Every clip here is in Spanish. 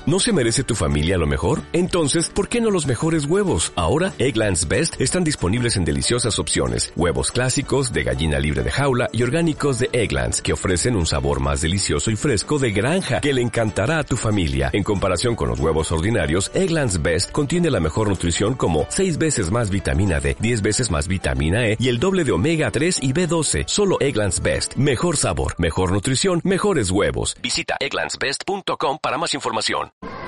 ¿No se merece tu familia lo mejor? Entonces, ¿por qué no los mejores huevos? Ahora, Eggland's Best están disponibles en deliciosas opciones. Huevos clásicos, de gallina libre de jaula y orgánicos de Eggland's, que ofrecen un sabor más delicioso y fresco de granja que le encantará a tu familia. En comparación con los huevos ordinarios, Eggland's Best contiene la mejor nutrición como 6 veces más vitamina D, 10 veces más vitamina E y el doble de omega 3 y B12. Solo Eggland's Best. Mejor sabor, mejor nutrición, mejores huevos. Visita egglandsbest.com para más información.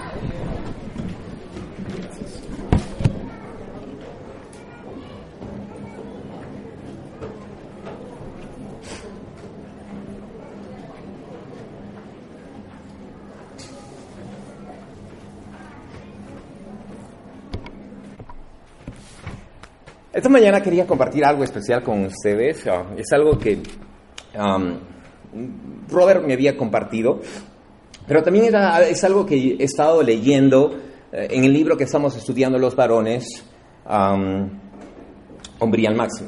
Esta mañana quería compartir algo especial con ustedes. Es algo que Robert me había compartido, pero también es algo que he estado leyendo en el libro que estamos estudiando los varones, Hombría al Máximo.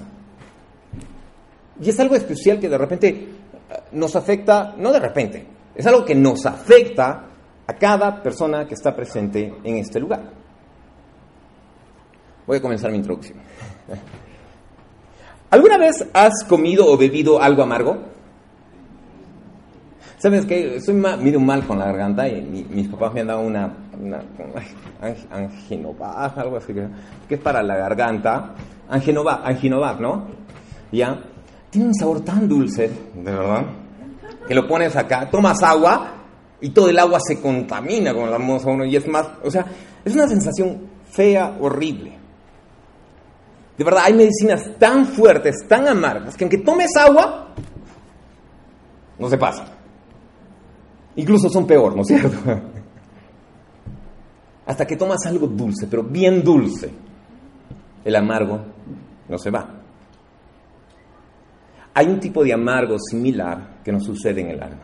Y es algo especial que de repente nos afecta, no de repente, es algo que nos afecta a cada persona que está presente en este lugar. Voy a comenzar mi introducción. ¿Alguna vez has comido o bebido algo amargo? ¿Sabes qué? Estoy medio mal con la garganta y mis papás me han dado una Angenovac, algo así, que es para la garganta. Angenovac, ¿no? ¿Ya? Tiene un sabor tan dulce, de verdad, que lo pones acá, tomas agua y todo el agua se contamina con la moza uno y es más, o sea, es una sensación fea, horrible. De verdad, hay medicinas tan fuertes, tan amargas, que aunque tomes agua, no se pasa. Incluso son peor, ¿no es cierto? Hasta que tomas algo dulce, pero bien dulce, el amargo no se va. Hay un tipo de amargo similar que nos sucede en el alma.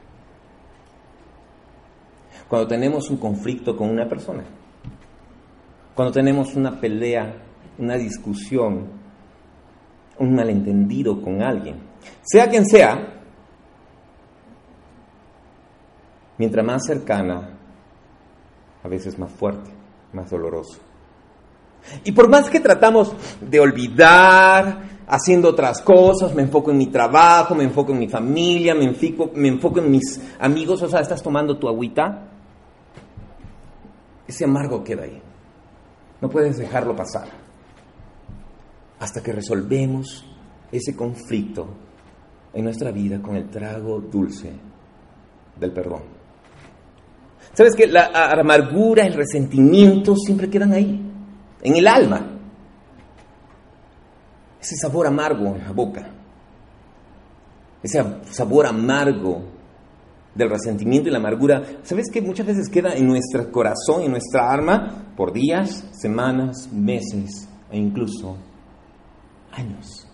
Cuando tenemos un conflicto con una persona, cuando tenemos una pelea, una discusión, un malentendido con alguien, sea quien sea, mientras más cercana, a veces más fuerte, más doloroso. Y por más que tratamos de olvidar, haciendo otras cosas, me enfoco en mi trabajo, me enfoco en mi familia, me enfoco en mis amigos, o sea, estás tomando tu agüita, ese amargo queda ahí. No puedes dejarlo pasar hasta que resolvemos ese conflicto en nuestra vida con el trago dulce del perdón. ¿Sabes qué? La amargura, el resentimiento siempre quedan ahí, en el alma. Ese sabor amargo en la boca, ese sabor amargo del resentimiento y la amargura, ¿sabes qué? Muchas veces queda en nuestro corazón, en nuestra alma, por días, semanas, meses e incluso años.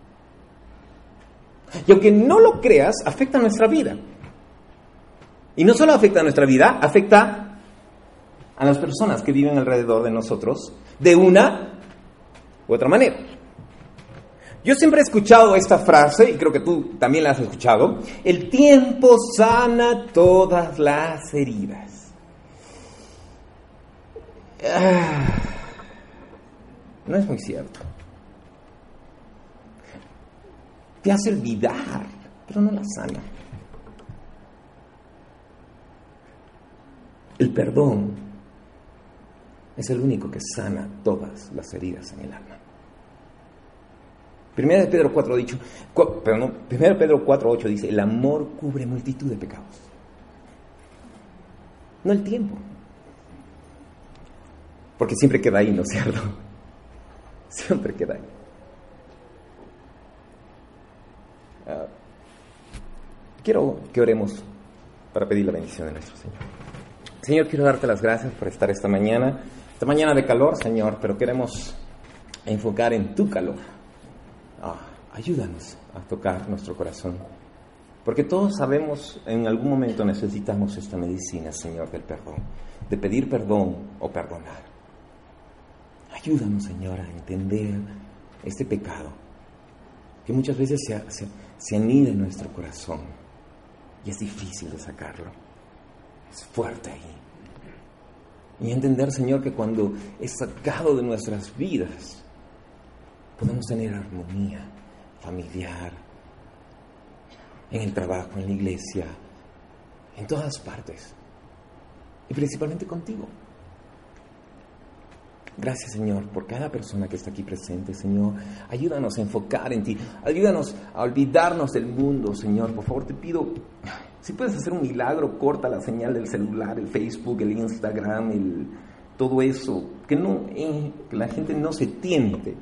Y aunque no lo creas, afecta a nuestra vida. Y no solo afecta a nuestra vida, afecta a las personas que viven alrededor de nosotros de una u otra manera. Yo siempre he escuchado esta frase, y creo que tú también la has escuchado: el tiempo sana todas las heridas. No es muy cierto. Te hace olvidar, pero no la sana. El perdón es el único que sana todas las heridas en el alma. Primera de Pedro 4:8 dice: el amor cubre multitud de pecados. No el tiempo. Porque siempre queda ahí, ¿no es cierto? Siempre queda ahí. Quiero que oremos para pedir la bendición de nuestro Señor. Señor, quiero darte las gracias por estar esta mañana de calor, Señor, pero queremos enfocar en tu calor. Ayúdanos a tocar nuestro corazón, porque todos sabemos, en algún momento necesitamos esta medicina, Señor, del perdón, de pedir perdón o perdonar. Ayúdanos, Señor, a entender este pecado que muchas veces se anida en nuestro corazón y es difícil de sacarlo. Es fuerte ahí. Y entender, Señor, que cuando es sacado de nuestras vidas, podemos tener armonía familiar, en el trabajo, en la iglesia, en todas partes. Y principalmente contigo. Gracias, Señor, por cada persona que está aquí presente, Señor. Ayúdanos a enfocar en ti. Ayúdanos a olvidarnos del mundo, Señor. Por favor, te pido, si puedes hacer un milagro, corta la señal del celular, el Facebook, el Instagram, todo eso. Que la gente no se tiente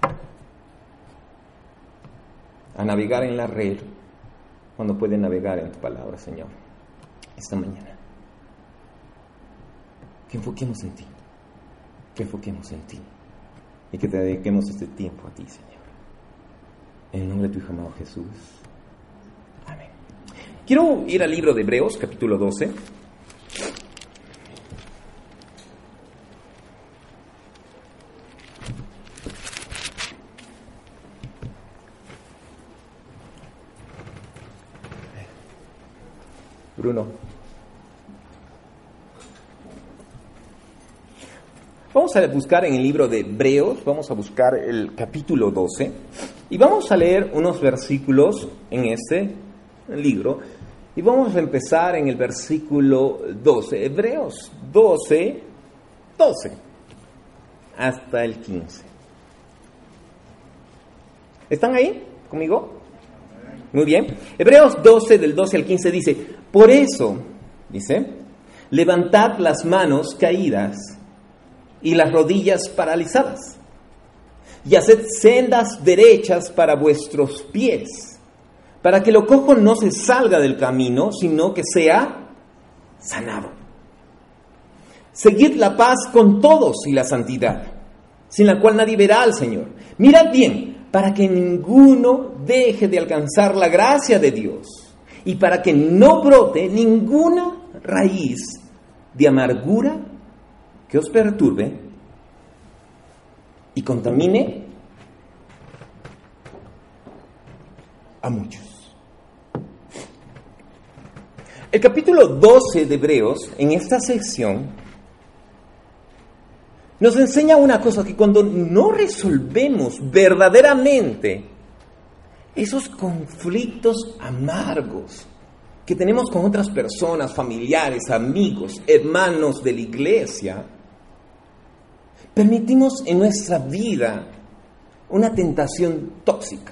a navegar en la red cuando puede navegar en tu palabra, Señor. Esta mañana. Que enfoquemos en ti. Que enfoquemos en ti y que te dediquemos este tiempo a ti, Señor. En el nombre de tu Hijo amado Jesús. Amén. Quiero ir al libro de Hebreos, capítulo 12. Bruno. Vamos a buscar en el libro de Hebreos, vamos a buscar el capítulo 12 y vamos a leer unos versículos en este libro y vamos a empezar en el versículo 12, Hebreos 12 hasta el 15. ¿Están ahí conmigo? Muy bien. Hebreos 12 del 12 al 15 dice, por eso, dice, levantad las manos caídas y las rodillas paralizadas, y haced sendas derechas para vuestros pies, para que lo cojo no se salga del camino, sino que sea sanado. Seguid la paz con todos y la santidad, sin la cual nadie verá al Señor. Mirad bien, para que ninguno deje de alcanzar la gracia de Dios, y para que no brote ninguna raíz de amargura que os perturbe y contamine a muchos. El capítulo 12 de Hebreos, en esta sección, nos enseña una cosa, que cuando no resolvemos verdaderamente esos conflictos amargos que tenemos con otras personas, familiares, amigos, hermanos de la iglesia, permitimos en nuestra vida una tentación tóxica.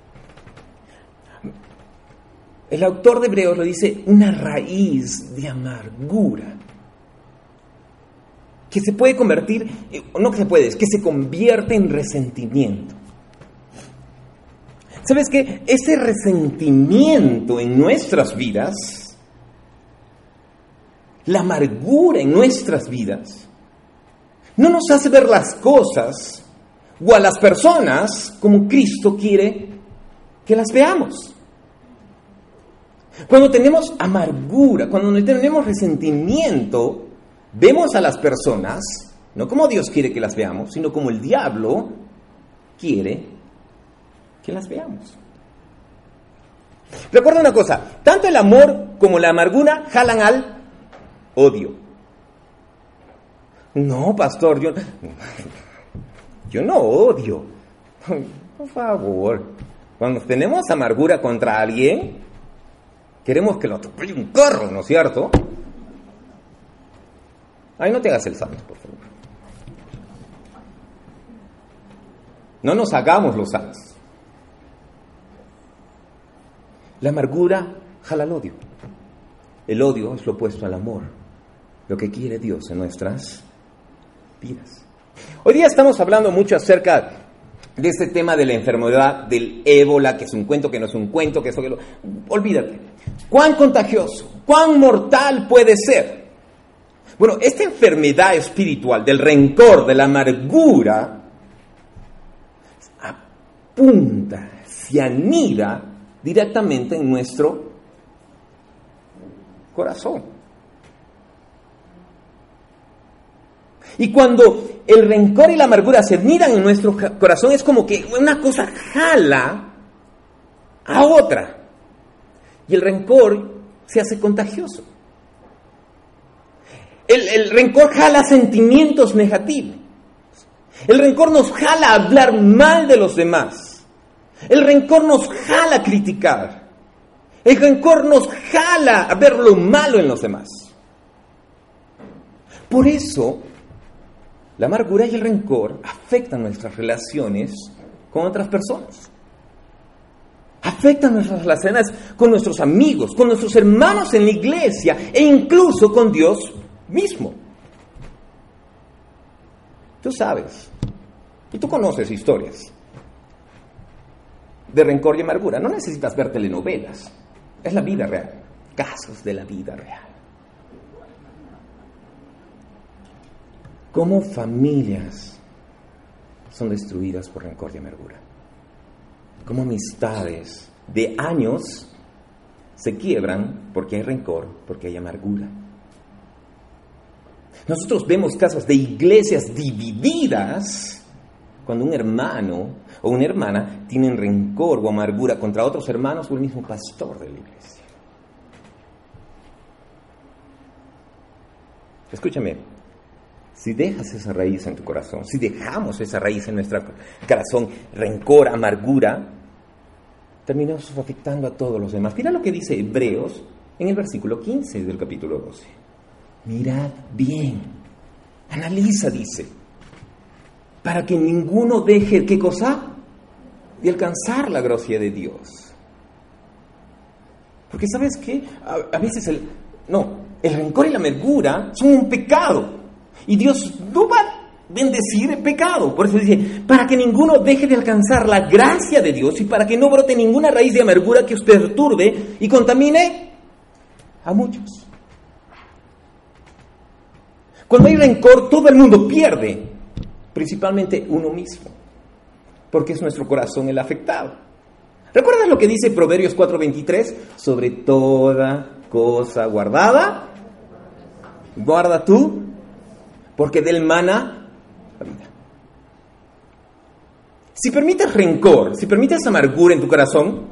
El autor de Hebreos lo dice, una raíz de amargura que se puede convertir, no que se puede, es que se convierte en resentimiento. ¿Sabes qué? Ese resentimiento en nuestras vidas, la amargura en nuestras vidas, no nos hace ver las cosas o a las personas como Cristo quiere que las veamos. Cuando tenemos amargura, cuando tenemos resentimiento, vemos a las personas, no como Dios quiere que las veamos, sino como el diablo quiere que las veamos. Recuerda una cosa, tanto el amor como la amargura jalan al odio. No, pastor, yo no odio. Por favor, cuando tenemos amargura contra alguien, queremos que lo atropelle un carro, ¿no es cierto? Ay, no te hagas el santo, por favor. No nos hagamos los santos. La amargura jala al odio. El odio es lo opuesto al amor, lo que quiere Dios en nuestras vidas. Hoy día estamos hablando mucho acerca de este tema de la enfermedad del ébola, que es un cuento, que no es un cuento, que eso, que lo... Olvídate. ¿Cuán contagioso, cuán mortal puede ser? Bueno, esta enfermedad espiritual del rencor, de la amargura, apunta, se anida directamente en nuestro corazón. Y cuando el rencor y la amargura se anidan en nuestro corazón, es como que una cosa jala a otra. Y el rencor se hace contagioso. El rencor jala sentimientos negativos. El rencor nos jala a hablar mal de los demás. El rencor nos jala a criticar. El rencor nos jala a ver lo malo en los demás. Por eso, la amargura y el rencor afectan nuestras relaciones con otras personas. Afectan nuestras relaciones con nuestros amigos, con nuestros hermanos en la iglesia e incluso con Dios mismo. Tú sabes, y tú conoces historias de rencor y amargura. No necesitas ver telenovelas, es la vida real, casos de la vida real. ¿Cómo familias son destruidas por rencor y amargura? ¿Cómo amistades de años se quiebran porque hay rencor, porque hay amargura? Nosotros vemos casos de iglesias divididas cuando un hermano o una hermana tienen rencor o amargura contra otros hermanos o el mismo pastor de la iglesia. Escúchame, si dejas esa raíz en tu corazón, si dejamos esa raíz en nuestro corazón, rencor, amargura, terminamos afectando a todos los demás. Mira lo que dice Hebreos en el versículo 15 del capítulo 12. Mirad bien, analiza, dice, para que ninguno deje, ¿qué cosa? De alcanzar la gracia de Dios. Porque ¿sabes qué? A veces el rencor y la amargura son un pecado. Y Dios no va a bendecir el pecado. Por eso dice, para que ninguno deje de alcanzar la gracia de Dios y para que no brote ninguna raíz de amargura que os perturbe y contamine a muchos. Cuando hay rencor, todo el mundo pierde, principalmente uno mismo, porque es nuestro corazón el afectado. ¿Recuerdas lo que dice Proverbios 4:23? Sobre toda cosa guardada, guarda tú, porque del mana la vida. Si permites rencor, si permites amargura en tu corazón,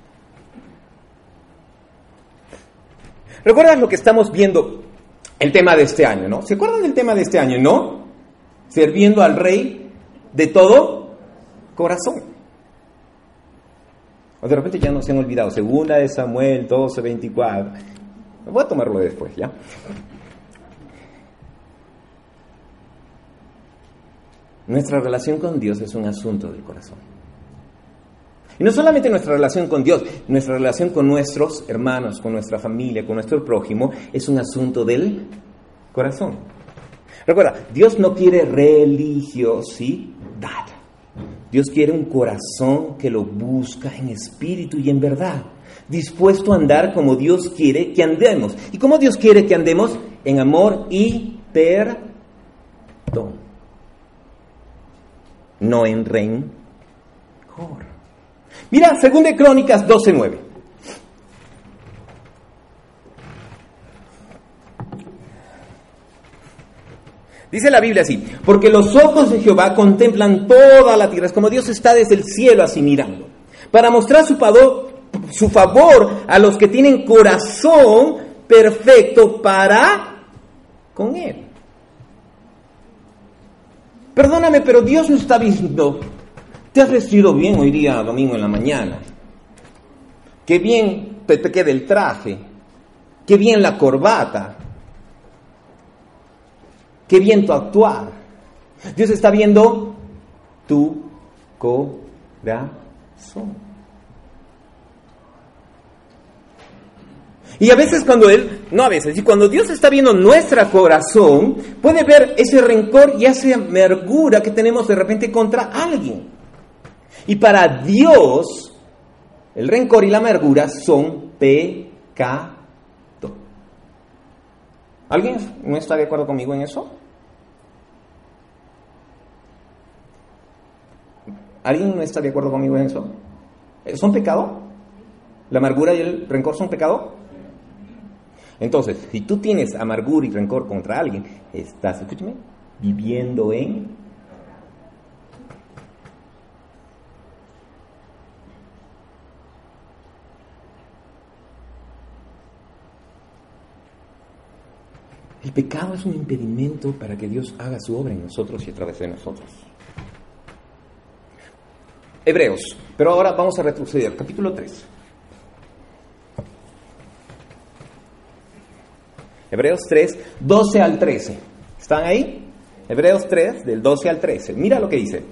¿recuerdas lo que estamos viendo? El tema de este año, ¿no? ¿Se acuerdan del tema de este año, no? Sirviendo al Rey de todo corazón. O de repente ya no se han olvidado. Segunda de Samuel 12:24. Voy a tomarlo después, ¿ya? Nuestra relación con Dios es un asunto del corazón. Y no solamente nuestra relación con Dios, nuestra relación con nuestros hermanos, con nuestra familia, con nuestro prójimo, es un asunto del corazón. Recuerda, Dios no quiere religiosidad. Dios quiere un corazón que lo busca en espíritu y en verdad, dispuesto a andar como Dios quiere que andemos. ¿Y cómo Dios quiere que andemos? En amor y perdón. No en rencor. Mira, 2 de Crónicas 12:9. Dice la Biblia así: porque los ojos de Jehová contemplan toda la tierra, es como Dios está desde el cielo así mirando, para mostrar su favor a los que tienen corazón perfecto para con Él. Perdóname, pero Dios no está diciendo, te has vestido bien hoy día, domingo en la mañana. Qué bien te queda el traje. Qué bien la corbata. Qué bien tu actuar. Dios está viendo tu corazón. Y a veces cuando Dios está viendo nuestro corazón, puede ver ese rencor y esa amargura que tenemos de repente contra alguien. Y para Dios, el rencor y la amargura son pecado. ¿Alguien no está de acuerdo conmigo en eso? ¿Alguien no está de acuerdo conmigo en eso? ¿Son pecado? ¿La amargura y el rencor son pecado? Entonces, si tú tienes amargura y rencor contra alguien, estás, escúchame, viviendo en El pecado es un impedimento para que Dios haga su obra en nosotros y a través de nosotros. Hebreos, pero ahora vamos a retroceder, capítulo 3. Hebreos 3, 12 al 13. ¿Están ahí? Hebreos 3, del 12 al 13. Mira lo que dice.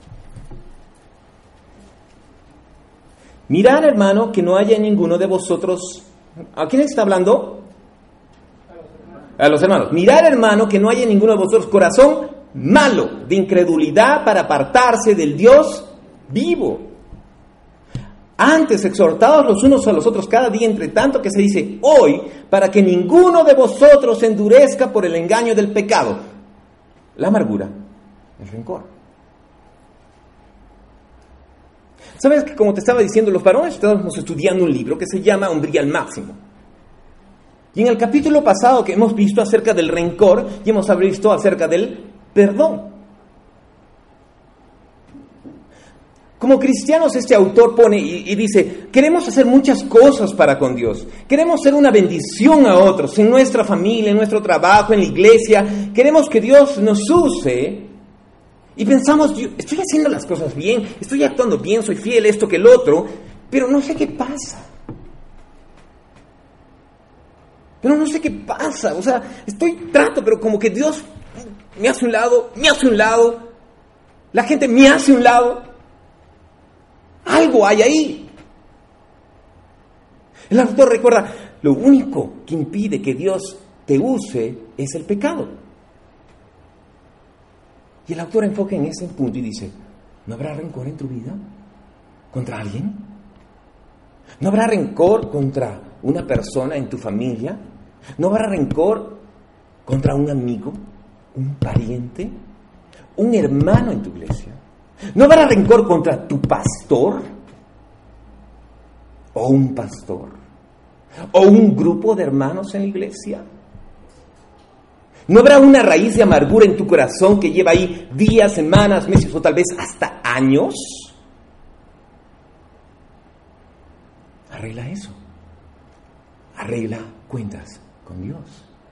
Mirad, hermano, que no haya en ninguno de vosotros... ¿A quién está hablando? A los hermanos. Mirad, hermano, que no haya en ninguno de vosotros corazón malo, de incredulidad para apartarse del Dios vivo. Antes, exhortados los unos a los otros cada día, entre tanto que se dice hoy, para que ninguno de vosotros se endurezca por el engaño del pecado, la amargura, el rencor. ¿Sabes que, como te estaba diciendo, los varones estábamos estudiando un libro que se llama Hombría al Máximo? Y en el capítulo pasado que hemos visto acerca del rencor, y hemos visto acerca del perdón. Como cristianos, este autor pone y dice, queremos hacer muchas cosas para con Dios. Queremos ser una bendición a otros, en nuestra familia, en nuestro trabajo, en la iglesia. Queremos que Dios nos use. Y pensamos, estoy haciendo las cosas bien, estoy actuando bien, soy fiel, esto que el otro, pero no sé qué pasa. O sea, trato, pero como que Dios me hace un lado, la gente me hace un lado. Algo hay ahí. El autor recuerda, lo único que impide que Dios te use es el pecado. Y el autor enfoca en ese punto y dice, ¿no habrá rencor en tu vida contra alguien? ¿No habrá rencor contra una persona en tu familia? ¿No habrá rencor contra un amigo, un pariente, un hermano en tu iglesia? ¿No habrá rencor contra tu pastor? ¿O un pastor? ¿O un grupo de hermanos en la iglesia? ¿No habrá una raíz de amargura en tu corazón que lleva ahí días, semanas, meses o tal vez hasta años? Arregla eso. Arregla cuentas con Dios.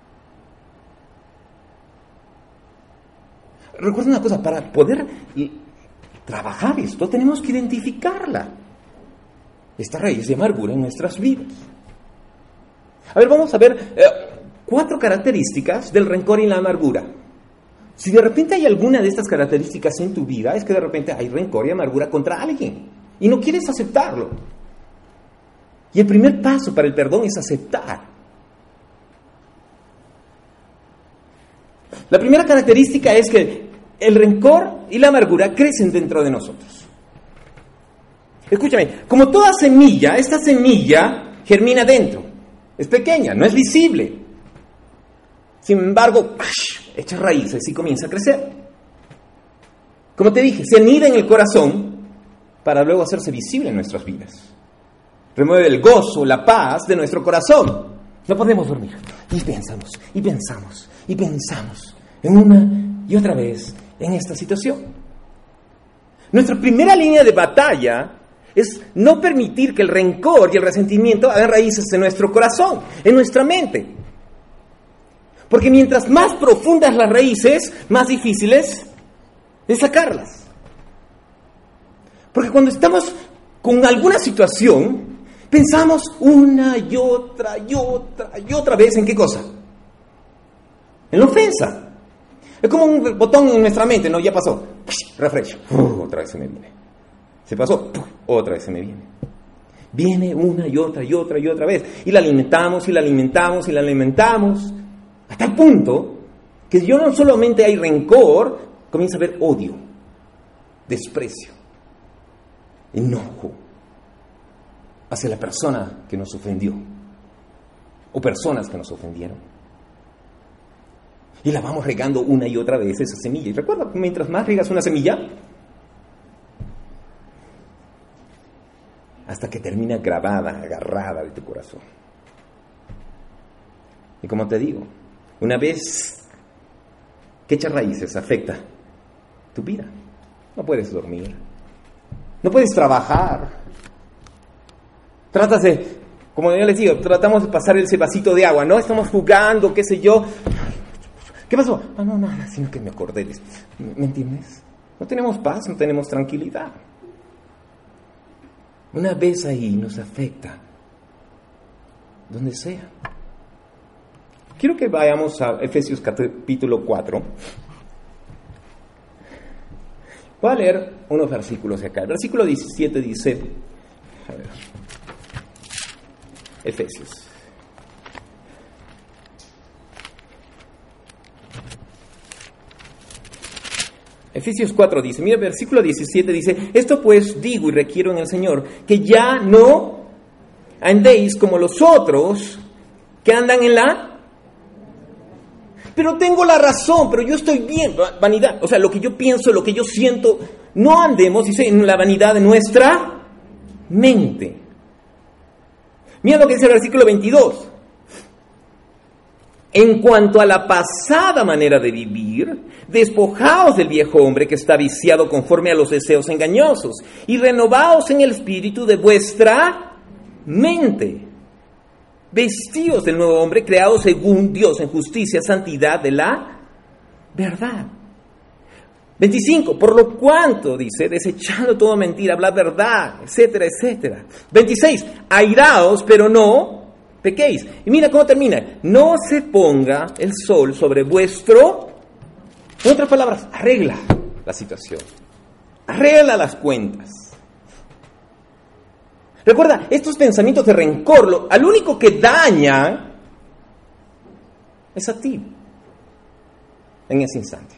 Recuerda una cosa, para poder trabajar esto tenemos que identificarla. Esta raíz de amargura en nuestras vidas. A ver, vamos a ver 4 características del rencor y la amargura. Si de repente hay alguna de estas características en tu vida, es que de repente hay rencor y amargura contra alguien y no quieres aceptarlo. Y el primer paso para el perdón es aceptar. La primera característica es que el rencor y la amargura crecen dentro de nosotros. Escúchame, como toda semilla, esta semilla germina dentro. Es pequeña, no es visible. Sin embargo, echa raíces y comienza a crecer. Como te dije, se anida en el corazón para luego hacerse visible en nuestras vidas. Remueve el gozo, la paz de nuestro corazón. No podemos dormir. Y pensamos en una y otra vez en esta situación. Nuestra primera línea de batalla es no permitir que el rencor y el resentimiento hagan raíces en nuestro corazón, en nuestra mente. Porque mientras más profundas las raíces, más difíciles es sacarlas. Porque cuando estamos con alguna situación, pensamos una y otra vez ¿en qué cosa? En la ofensa. Es como un botón en nuestra mente, ¿no? Ya pasó. Refresh. Otra vez se me viene. Se pasó. Otra vez se me viene. Viene una y otra vez. Y la alimentamos. Hasta el punto que yo no solamente hay rencor, comienza a haber odio, desprecio, enojo hacia la persona que nos ofendió o personas que nos ofendieron. Y la vamos regando una y otra vez esa semilla. Y recuerda, mientras más riegas una semilla, hasta que termina grabada, agarrada de tu corazón. Y como te digo, una vez que echa raíces, afecta tu vida. No puedes dormir, no puedes trabajar. Tratas de, como yo les digo, tratamos de pasar ese vasito de agua, ¿no? Estamos jugando, qué sé yo. ¿Qué pasó? No, nada, sino que me acordé de esto. ¿Me entiendes? No tenemos paz, no tenemos tranquilidad. Una vez ahí nos afecta, donde sea. Quiero que vayamos a Efesios capítulo 4. Voy a leer unos versículos de acá. El versículo 17 dice, a ver, Efesios. Efesios 4 dice, mira, el versículo 17 dice, esto pues digo y requiero en el Señor, que ya no andéis como los otros que andan en la... Pero tengo la razón, pero yo estoy bien, vanidad, o sea, lo que yo pienso, lo que yo siento, no andemos, dice, en la vanidad de nuestra mente. Mira lo que dice el versículo 22. En cuanto a la pasada manera de vivir, despojaos del viejo hombre que está viciado conforme a los deseos engañosos y renovaos en el espíritu de vuestra mente. Vestíos del nuevo hombre creado según Dios en justicia, santidad de la verdad. 25, por lo cuanto, dice, desechando toda mentira, hablad verdad, etcétera, etcétera. 26, airaos, pero no pequéis. Y mira cómo termina. No se ponga el sol sobre vuestro... En otras palabras, arregla la situación. Arregla las cuentas. Recuerda, estos pensamientos de rencor, al único que daña es a ti en ese instante.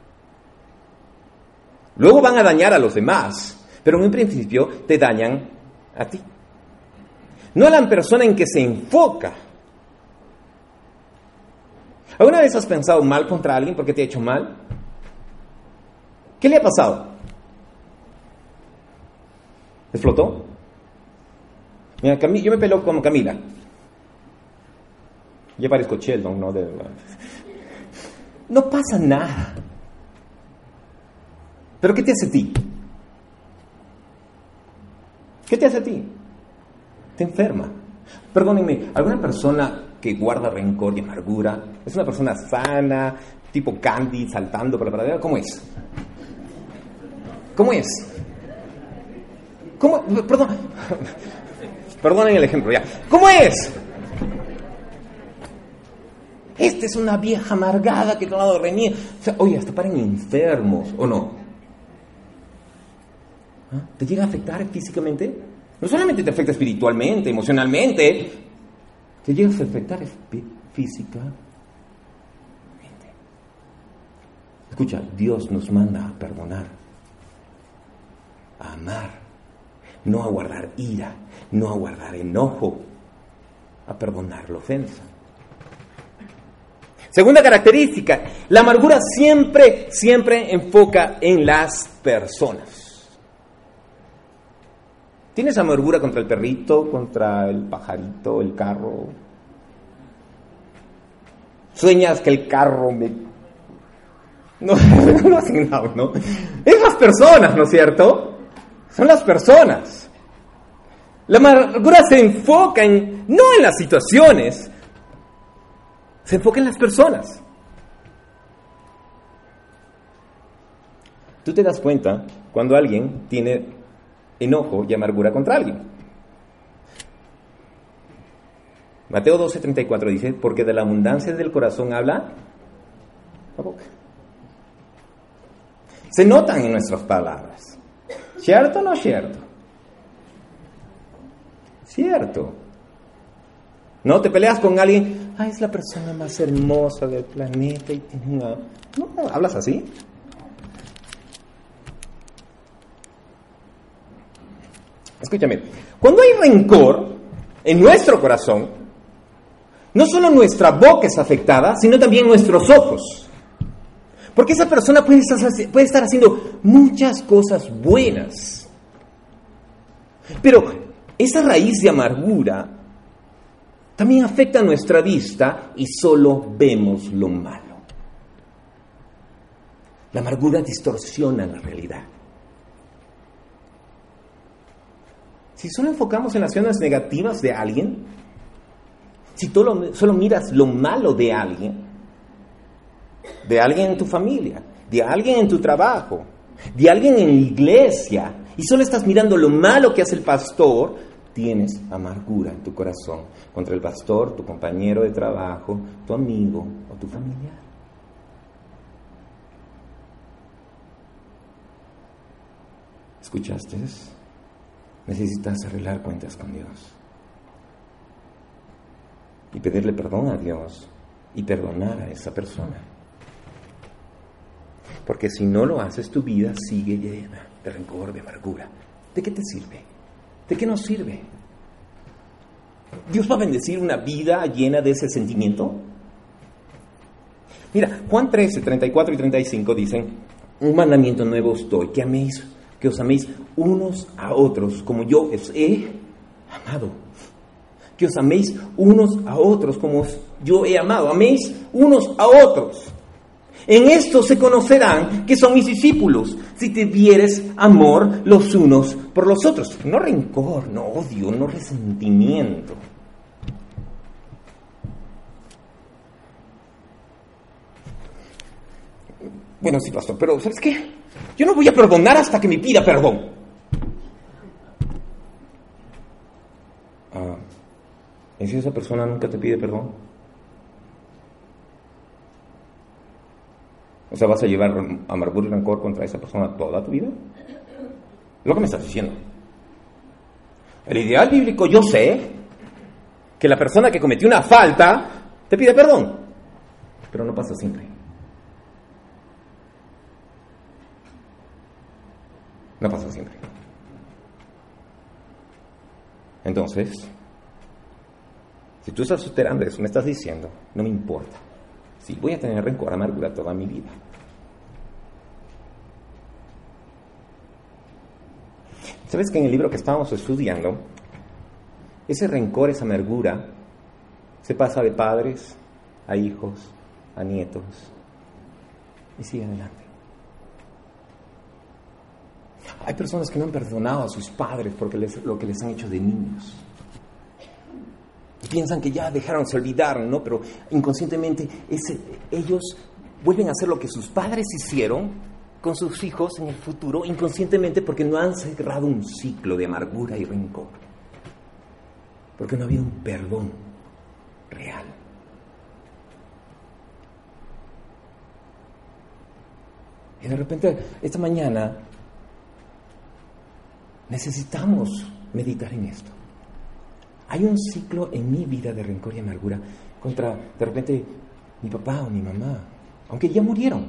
Luego van a dañar a los demás, pero en un principio te dañan a ti. No a la persona en que se enfoca. ¿Alguna vez has pensado mal contra alguien porque te ha hecho mal? ¿Qué le ha pasado? ¿Explotó? Mira, yo me peleo como Camila. Ya parezco Sheldon, ¿no? No pasa nada. ¿Pero qué te hace a ti? ¿Qué te hace a ti? Te enferma. Perdónenme, ¿alguna persona que guarda rencor y amargura es una persona sana, tipo Candy, saltando por la pradera? ¿Cómo es? ¿Cómo es? ¿Cómo? Perdonen el ejemplo, ya. ¿Cómo es? Esta es una vieja amargada que no ha dormido. O sea, oye, hasta paren enfermos, ¿o no? ¿Ah? ¿Te llega a afectar físicamente? No solamente te afecta espiritualmente, emocionalmente, te llega a afectar físicamente. Escucha, Dios nos manda a perdonar, a amar, no a guardar ira, no a guardar enojo, a perdonar la ofensa. Segunda característica, la amargura siempre enfoca en las personas. ¿Tienes amargura contra el perrito, contra el pajarito, el carro? ¿Sueñas que el carro me... No, no hacen nada, ¿no? Es las personas, ¿no es cierto? Son las personas. La amargura se enfoca no en las situaciones, se enfoca en las personas. Tú te das cuenta cuando alguien tiene enojo y amargura contra alguien. Mateo 12:34 dice, porque de la abundancia del corazón habla la boca. Se notan en nuestras palabras. ¿Cierto o no cierto? Cierto. No te peleas con alguien, es la persona más hermosa del planeta y tiene una... No, ¿hablas así? Escúchame, cuando hay rencor en nuestro corazón, no solo nuestra boca es afectada, sino también nuestros ojos. Porque esa persona puede estar haciendo muchas cosas buenas. Pero esa raíz de amargura también afecta nuestra vista y solo vemos lo malo. La amargura distorsiona la realidad. Si solo enfocamos en las acciones negativas de alguien, si solo miras lo malo de alguien, de alguien en tu familia, de alguien en tu trabajo, de alguien en la iglesia, y solo estás mirando lo malo que hace el pastor, tienes amargura en tu corazón contra el pastor, tu compañero de trabajo, tu amigo o tu familiar. ¿Escuchaste? Necesitas arreglar cuentas con Dios y pedirle perdón a Dios y perdonar a esa persona. Porque si no lo haces, tu vida sigue llena de rencor, de amargura. ¿De qué te sirve? ¿De qué nos sirve? ¿Dios va a bendecir una vida llena de ese sentimiento? Mira, Juan 13, 34 y 35 dicen: un mandamiento nuevo os doy, que os améis unos a otros como yo os he amado. Que os améis unos a otros como yo he amado. Améis unos a otros. En esto se conocerán que son mis discípulos, si tuvieres amor los unos por los otros. No rencor, no odio, no resentimiento. Bueno, sí, pastor, pero ¿sabes qué? Yo no voy a perdonar hasta que me pida perdón. ¿Y si esa persona nunca te pide perdón? O sea, ¿vas a llevar amargura y rencor contra esa persona toda tu vida? Es lo que me estás diciendo. El ideal bíblico, yo sé que la persona que cometió una falta te pide perdón, pero no pasa siempre. No pasa siempre. Entonces, si tú estás superando eso, me estás diciendo, no me importa. Sí, voy a tener rencor, amargura toda mi vida. ¿Sabes que en el libro que estábamos estudiando, ese rencor, esa amargura, se pasa de padres a hijos, a nietos, y sigue adelante? Hay personas que no han perdonado a sus padres porque lo que les han hecho de niños. Y piensan que ya dejaron, se olvidaron, ¿no? Pero inconscientemente ellos vuelven a hacer lo que sus padres hicieron con sus hijos en el futuro, inconscientemente, porque no han cerrado un ciclo de amargura y rencor. Porque no ha habido un perdón real. Y de repente, esta mañana, necesitamos meditar en esto. Hay un ciclo en mi vida de rencor y amargura contra, de repente, mi papá o mi mamá, aunque ya murieron.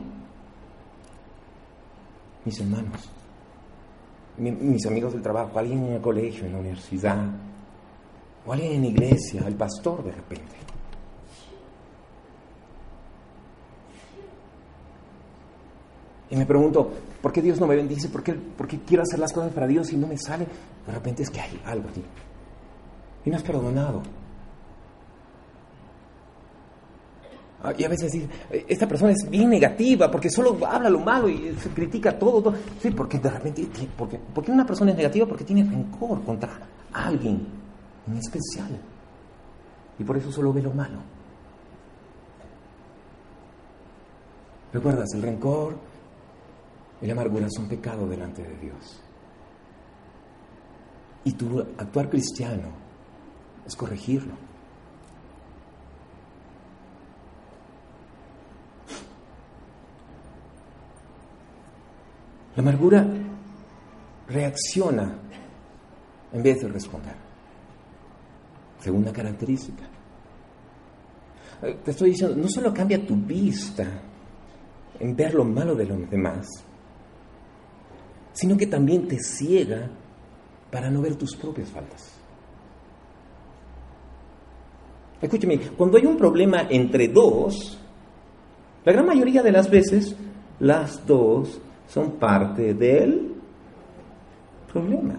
Mis hermanos, mis amigos del trabajo, alguien en el colegio, en la universidad, o alguien en la iglesia, el pastor de repente. Y me pregunto, ¿por qué Dios no me bendice? ¿Por qué quiero hacer las cosas para Dios y no me sale? De repente es que hay algo aquí. Y no has perdonado. Y a veces dicen, esta persona es bien negativa porque solo habla lo malo y se critica todo. Sí, porque de repente, ¿por qué una persona es negativa? Porque tiene rencor contra alguien en especial. Y por eso solo ve lo malo. ¿Recuerdas? El rencor y la amargura son pecado delante de Dios. Y tu actuar cristiano es corregirlo. La amargura reacciona en vez de responder. Segunda característica. Te estoy diciendo, no solo cambia tu vista en ver lo malo de los demás, sino que también te ciega para no ver tus propias faltas. Escúchame, cuando hay un problema entre dos, la gran mayoría de las veces, las dos son parte del problema.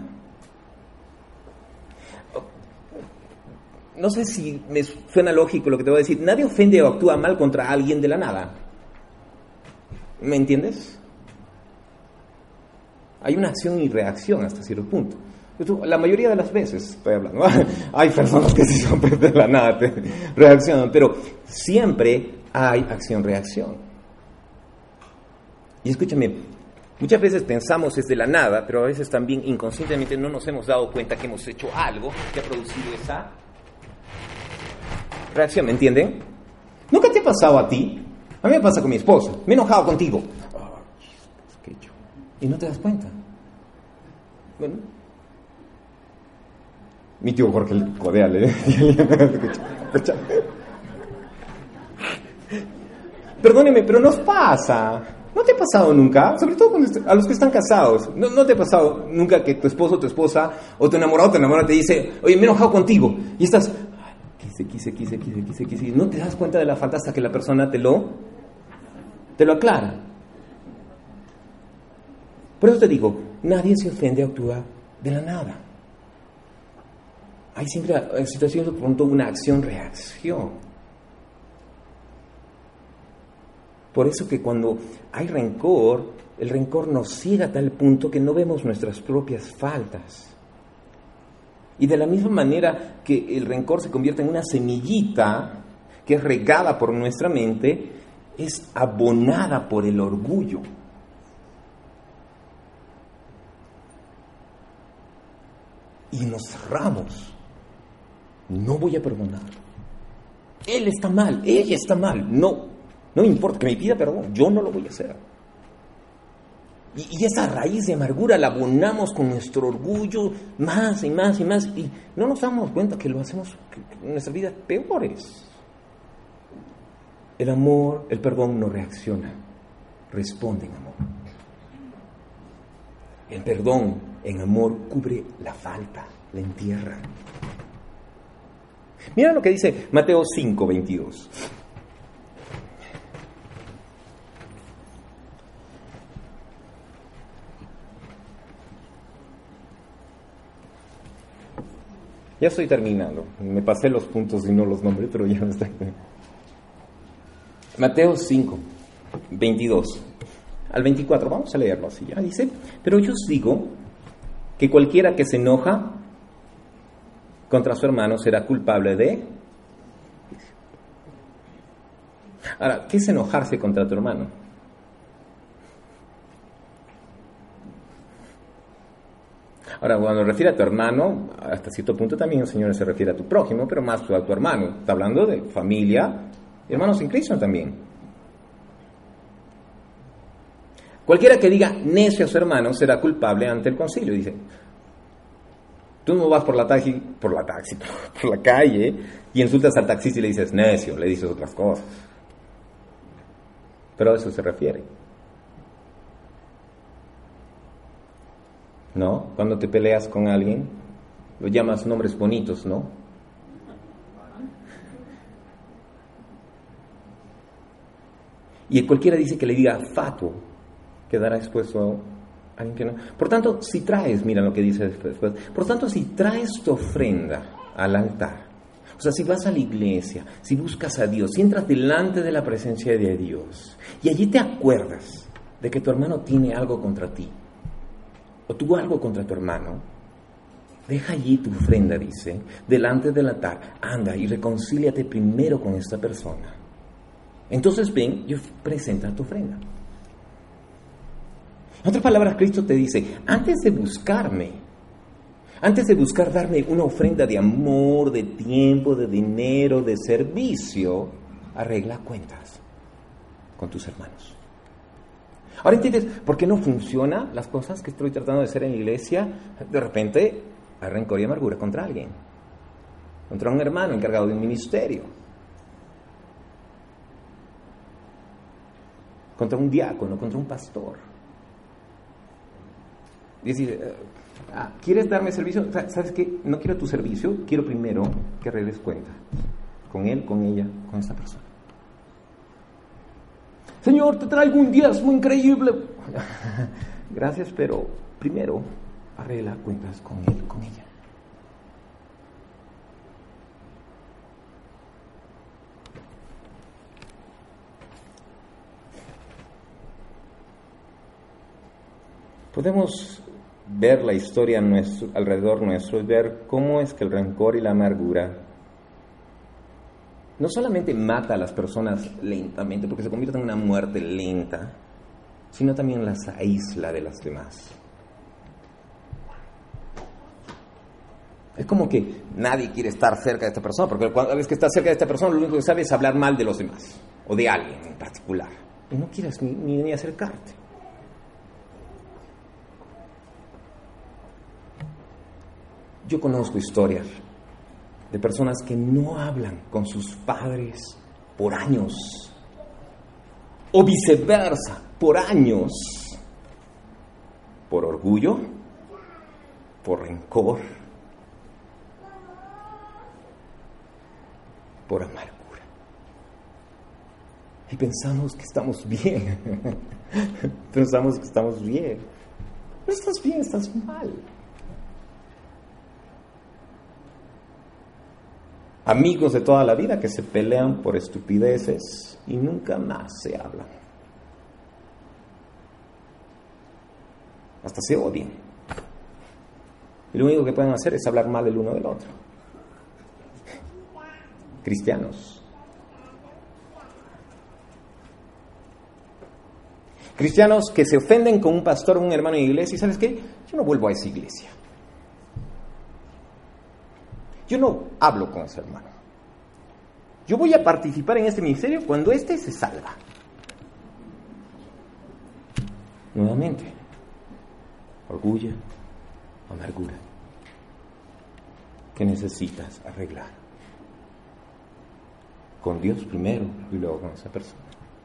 No sé si me suena lógico lo que te voy a decir. Nadie ofende o actúa mal contra alguien de la nada. ¿Me entiendes? Hay una acción y reacción hasta cierto punto. La mayoría de las veces, estoy hablando, hay personas que se son de la nada, reaccionan, pero siempre hay acción-reacción. Y escúchame, muchas veces pensamos es de la nada, pero a veces también inconscientemente no nos hemos dado cuenta que hemos hecho algo que ha producido esa reacción, ¿me entienden? ¿Nunca te ha pasado a ti? A mí me pasa con mi esposa, me he enojado contigo. ¿Qué he hecho? Y no te das cuenta. Bueno, mi tío Jorge, codeale. Escucha. Perdóneme, pero nos pasa. ¿No te ha pasado nunca? Sobre todo a los que están casados. ¿No te ha pasado nunca que tu esposo, tu esposa, o tu enamorado, tu enamorada te dice, oye, me he enojado contigo? Y estás, quise. Y no te das cuenta de la falta hasta que la persona te lo aclara. Por eso te digo, nadie se ofende o actúa de la nada. Hay siempre en situaciones de pronto una acción-reacción. Por eso que cuando hay rencor, el rencor nos ciega a tal punto que no vemos nuestras propias faltas. Y de la misma manera que el rencor se convierte en una semillita que es regada por nuestra mente, es abonada por el orgullo. Y nos cerramos. No voy a perdonar. Él está mal, ella está mal. No me importa que me pida perdón, yo no lo voy a hacer. Y esa raíz de amargura la abonamos con nuestro orgullo más y más. Y no nos damos cuenta que lo hacemos en nuestras vidas peores. El amor, el perdón no reacciona, responde en amor. El perdón en amor cubre la falta, la entierra. Mira lo que dice Mateo 5:22. Ya estoy terminando. Me pasé los puntos y no los nombré, pero ya no está. Mateo 5:22 al 24. Vamos a leerlo así. Ya dice, pero yo os digo que cualquiera que se enoja contra su hermano será culpable de... Ahora, ¿qué es enojarse contra tu hermano? Ahora, cuando refiere a tu hermano, hasta cierto punto también el Señor se refiere a tu prójimo, pero más a tu hermano. Está hablando de familia y hermanos en Cristo también. Cualquiera que diga necio a su hermano será culpable ante el concilio. Dice, tú no vas por la calle y insultas al taxista y le dices necio, le dices otras cosas. Pero a eso se refiere. ¿No? Cuando te peleas con alguien, lo llamas nombres bonitos, ¿no? Y cualquiera dice que le diga fatuo, quedará expuesto a alguien que no. Por tanto, si traes, mira lo que dice después, por tanto, si traes tu ofrenda al altar, o sea, si vas a la iglesia, si buscas a Dios, si entras delante de la presencia de Dios, y allí te acuerdas de que tu hermano tiene algo contra ti, o tuvo algo contra tu hermano, deja allí tu ofrenda, dice, delante del altar, anda y reconcíliate primero con esta persona. Entonces ven y presenta tu ofrenda. En otras palabras, Cristo te dice, antes de buscar darme una ofrenda de amor, de tiempo, de dinero, de servicio, arregla cuentas con tus hermanos. Ahora entiendes por qué no funcionan las cosas que estoy tratando de hacer en la iglesia. De repente hay rencor y amargura contra alguien, contra un hermano encargado de un ministerio, contra un diácono, contra un pastor. Y decir, ¿quieres darme servicio? ¿Sabes qué? No quiero tu servicio, quiero primero que arregles cuenta con él, con ella, con esta persona. Señor, te traigo un diezmo increíble. Gracias, pero primero arregla cuentas con él, con ella. Podemos ver la historia alrededor nuestro y ver cómo es que el rencor y la amargura no solamente mata a las personas lentamente, porque se convierte en una muerte lenta, sino también las aísla de las demás. Es como que nadie quiere estar cerca de esta persona, porque cada vez que estás cerca de esta persona, lo único que sabe es hablar mal de los demás, o de alguien en particular, y no quieres ni acercarte. Yo conozco historias de personas que no hablan con sus padres por años, o viceversa, por años, por orgullo, por rencor, por amargura. Y pensamos que estamos bien. Pensamos que estamos bien. No estás bien, estás mal. Amigos de toda la vida que se pelean por estupideces y nunca más se hablan. Hasta se odian. Y lo único que pueden hacer es hablar mal el uno del otro. Cristianos. Cristianos que se ofenden con un pastor o un hermano de iglesia y ¿sabes qué? Yo no vuelvo a esa iglesia. Yo no hablo con ese hermano. Yo voy a participar en este ministerio cuando éste se salga. Nuevamente, orgullo, amargura, que necesitas arreglar. Con Dios primero y luego con esa persona.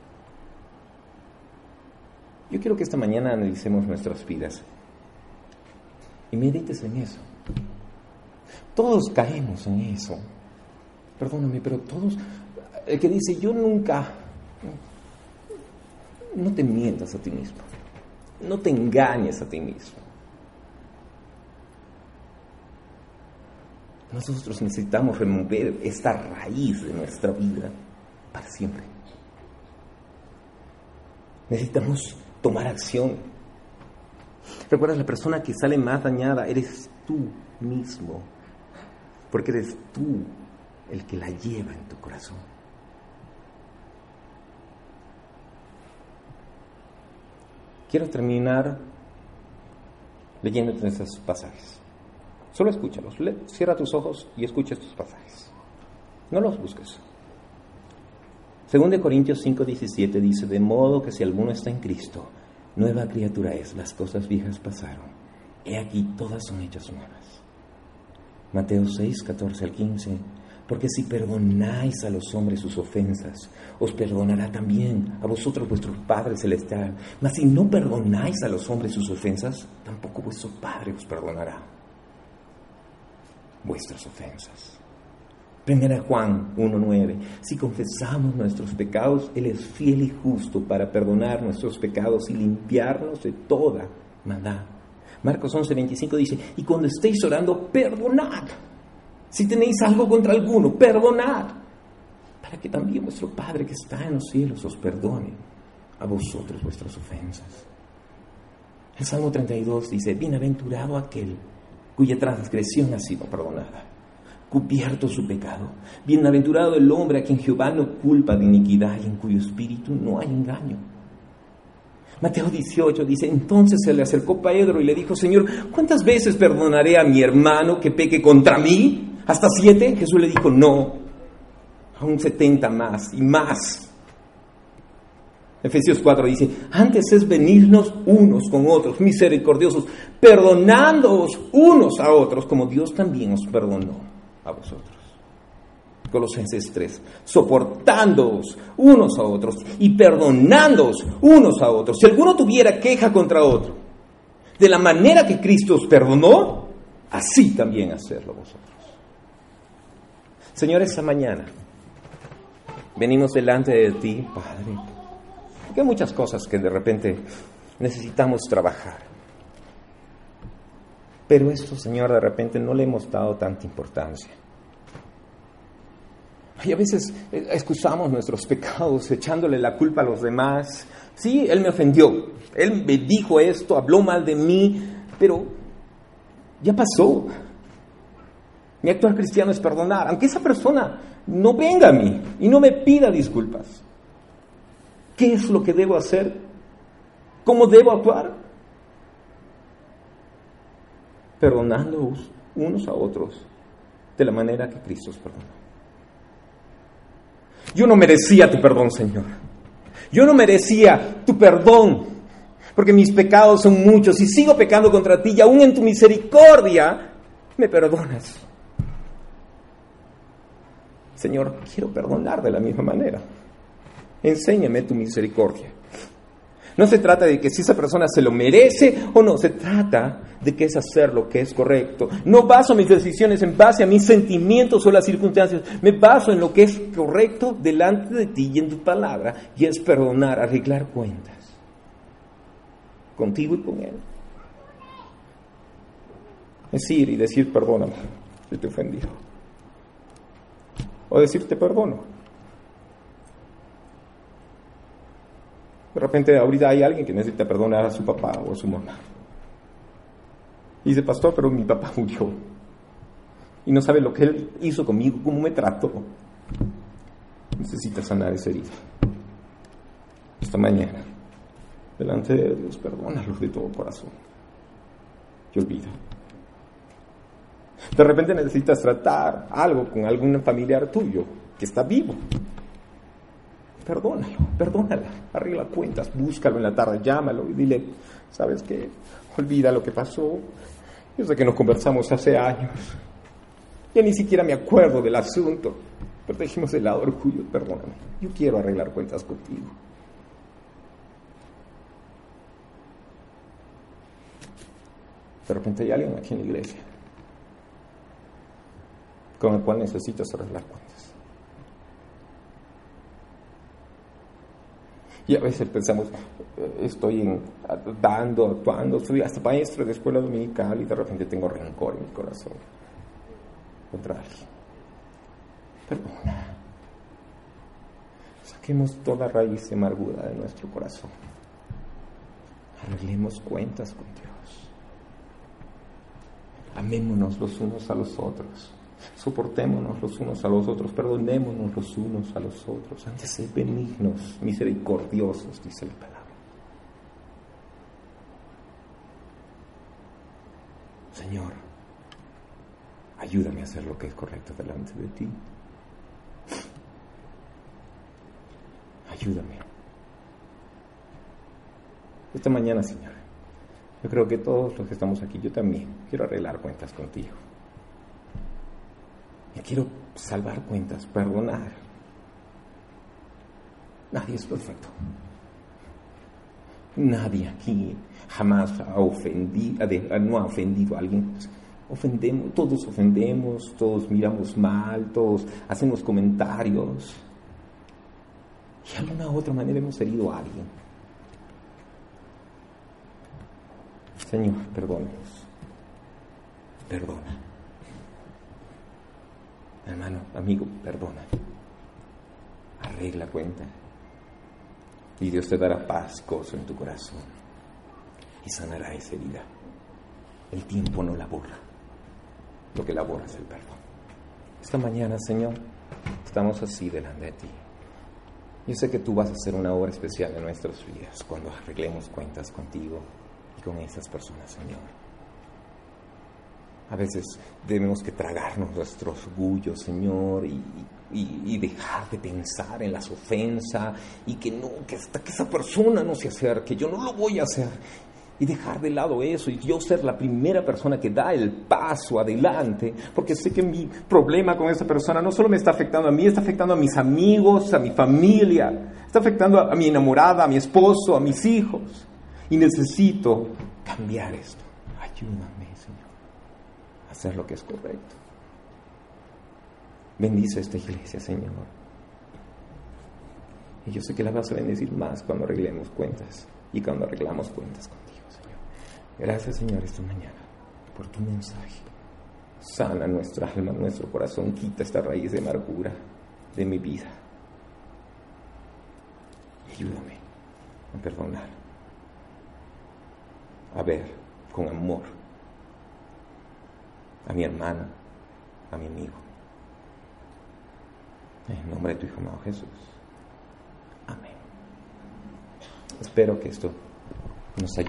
Yo quiero que esta mañana analicemos nuestras vidas y medites en eso. Todos caemos en eso. Perdóname, pero todos... El que dice, yo nunca... No te mientas a ti mismo. No te engañes a ti mismo. Nosotros necesitamos remover esta raíz de nuestra vida para siempre. Necesitamos tomar acción. ¿Recuerdas? La persona que sale más dañada eres tú mismo, porque eres tú el que la lleva en tu corazón. Quiero terminar leyéndote esos pasajes. Solo escúchalos. Cierra tus ojos y escucha estos pasajes. No los busques. 2 Corintios 5:17 dice: de modo que si alguno está en Cristo, nueva criatura es, las cosas viejas pasaron, he aquí todas son hechas nuevas. Mateo 6:14-15: porque si perdonáis a los hombres sus ofensas, os perdonará también a vosotros vuestro Padre Celestial. Mas si no perdonáis a los hombres sus ofensas, tampoco vuestro Padre os perdonará vuestras ofensas. 1 Juan 1:9: si confesamos nuestros pecados, Él es fiel y justo para perdonar nuestros pecados y limpiarnos de toda maldad. Marcos 11:25 dice: y cuando estéis orando, perdonad. Si tenéis algo contra alguno, perdonad, para que también vuestro Padre que está en los cielos os perdone a vosotros vuestras ofensas. El Salmo 32 dice: bienaventurado aquel cuya transgresión ha sido perdonada, cubierto su pecado. Bienaventurado el hombre a quien Jehová no culpa de iniquidad y en cuyo espíritu no hay engaño. Mateo 18 dice: entonces se le acercó Pedro y le dijo: Señor, ¿cuántas veces perdonaré a mi hermano que peque contra mí? ¿Hasta 7? Jesús le dijo: no, aún 70 más y más. Efesios 4 dice: antes es venirnos unos con otros, misericordiosos, perdonándoos unos a otros, como Dios también os perdonó a vosotros. Colosenses 3: soportándoos unos a otros y perdonándoos unos a otros. Si alguno tuviera queja contra otro, de la manera que Cristo os perdonó, así también hacerlo vosotros. Señor, esta mañana venimos delante de ti, Padre, porque hay muchas cosas que de repente necesitamos trabajar. Pero esto, Señor, de repente no le hemos dado tanta importancia. Y a veces excusamos nuestros pecados echándole la culpa a los demás. Sí, él me ofendió, él me dijo esto, habló mal de mí, pero ya pasó. Mi actuar cristiano es perdonar, aunque esa persona no venga a mí y no me pida disculpas. ¿Qué es lo que debo hacer? ¿Cómo debo actuar? Perdonándoos unos a otros de la manera que Cristo os perdonó. Yo no merecía tu perdón, Señor. Yo no merecía tu perdón, porque mis pecados son muchos y sigo pecando contra ti, y aún en tu misericordia me perdonas. Señor, quiero perdonar de la misma manera. Enséñame tu misericordia. No se trata de que si esa persona se lo merece o no, se trata de que es hacer lo que es correcto. No baso mis decisiones en base a mis sentimientos o las circunstancias, me baso en lo que es correcto delante de ti y en tu palabra, y es perdonar, arreglar cuentas contigo y con Él. Es ir y decir perdóname si te he ofendido, o decir te perdono. De repente ahorita hay alguien que necesita perdonar a su papá o a su mamá. Y dice, pastor, pero mi papá murió. Y no sabe lo que él hizo conmigo, cómo me trató. Necesita sanar esa herida. Esta mañana, delante de Dios, perdónalo de todo corazón. Y olvida. De repente necesitas tratar algo con algún familiar tuyo que está vivo. Perdónalo, perdónala, arregla cuentas, búscalo en la tarde, llámalo y dile, ¿sabes qué? Olvida lo que pasó. Yo sé que nos conversamos hace años. Ya ni siquiera me acuerdo del asunto, pero dejemos de lado el orgullo, perdóname. Yo quiero arreglar cuentas contigo. De repente hay alguien aquí en la iglesia con el cual necesitas arreglar cuentas. Y a veces pensamos, estoy actuando, soy hasta maestro de escuela dominical y de repente tengo rencor en mi corazón contra alguien. Perdona. Saquemos toda raíz de amargura de nuestro corazón. Arreglemos cuentas con Dios. Amémonos los unos a los otros. Soportémonos los unos a los otros, perdonémonos los unos a los otros, antes de ser benignos, misericordiosos, dice la palabra. Señor, ayúdame a hacer lo que es correcto delante de ti. Ayúdame. Esta mañana, Señor, yo creo que todos los que estamos aquí, yo también quiero arreglar cuentas contigo. Quiero salvar cuentas, perdonar. Nadie es perfecto. Nadie aquí jamás no ha ofendido a alguien. Ofendemos, todos miramos mal, todos hacemos comentarios. Y de alguna u otra manera hemos herido a alguien. Señor, perdónanos. Perdona. Hermano, amigo, perdona. Arregla cuenta. Y Dios te dará paz, gozo en tu corazón. Y sanará esa herida. El tiempo no la borra. Lo que la borra es el perdón. Esta mañana, Señor, estamos así delante de ti. Yo sé que tú vas a hacer una obra especial en nuestras vidas cuando arreglemos cuentas contigo y con esas personas, Señor. A veces tenemos que tragarnos nuestro orgullo, Señor, y dejar de pensar en las ofensas y que hasta que esa persona no se acerque, yo no lo voy a hacer. Y dejar de lado eso y yo ser la primera persona que da el paso adelante, porque sé que mi problema con esa persona no solo me está afectando a mí, está afectando a mis amigos, a mi familia, está afectando a mi enamorada, a mi esposo, a mis hijos. Y necesito cambiar esto. Ayúdame, Señor, a hacer lo que es correcto. Bendice esta iglesia, Señor. Y yo sé que la vas a bendecir más cuando arreglemos cuentas y cuando arreglamos cuentas contigo, Señor. Gracias, Señor, esta mañana por tu mensaje. Sana nuestra alma, nuestro corazón. Quita esta raíz de amargura de mi vida. Ayúdame a perdonar, a ver con amor a mi hermano, a mi amigo. En el nombre de tu Hijo amado Jesús. Amén. Espero que esto nos ayuda.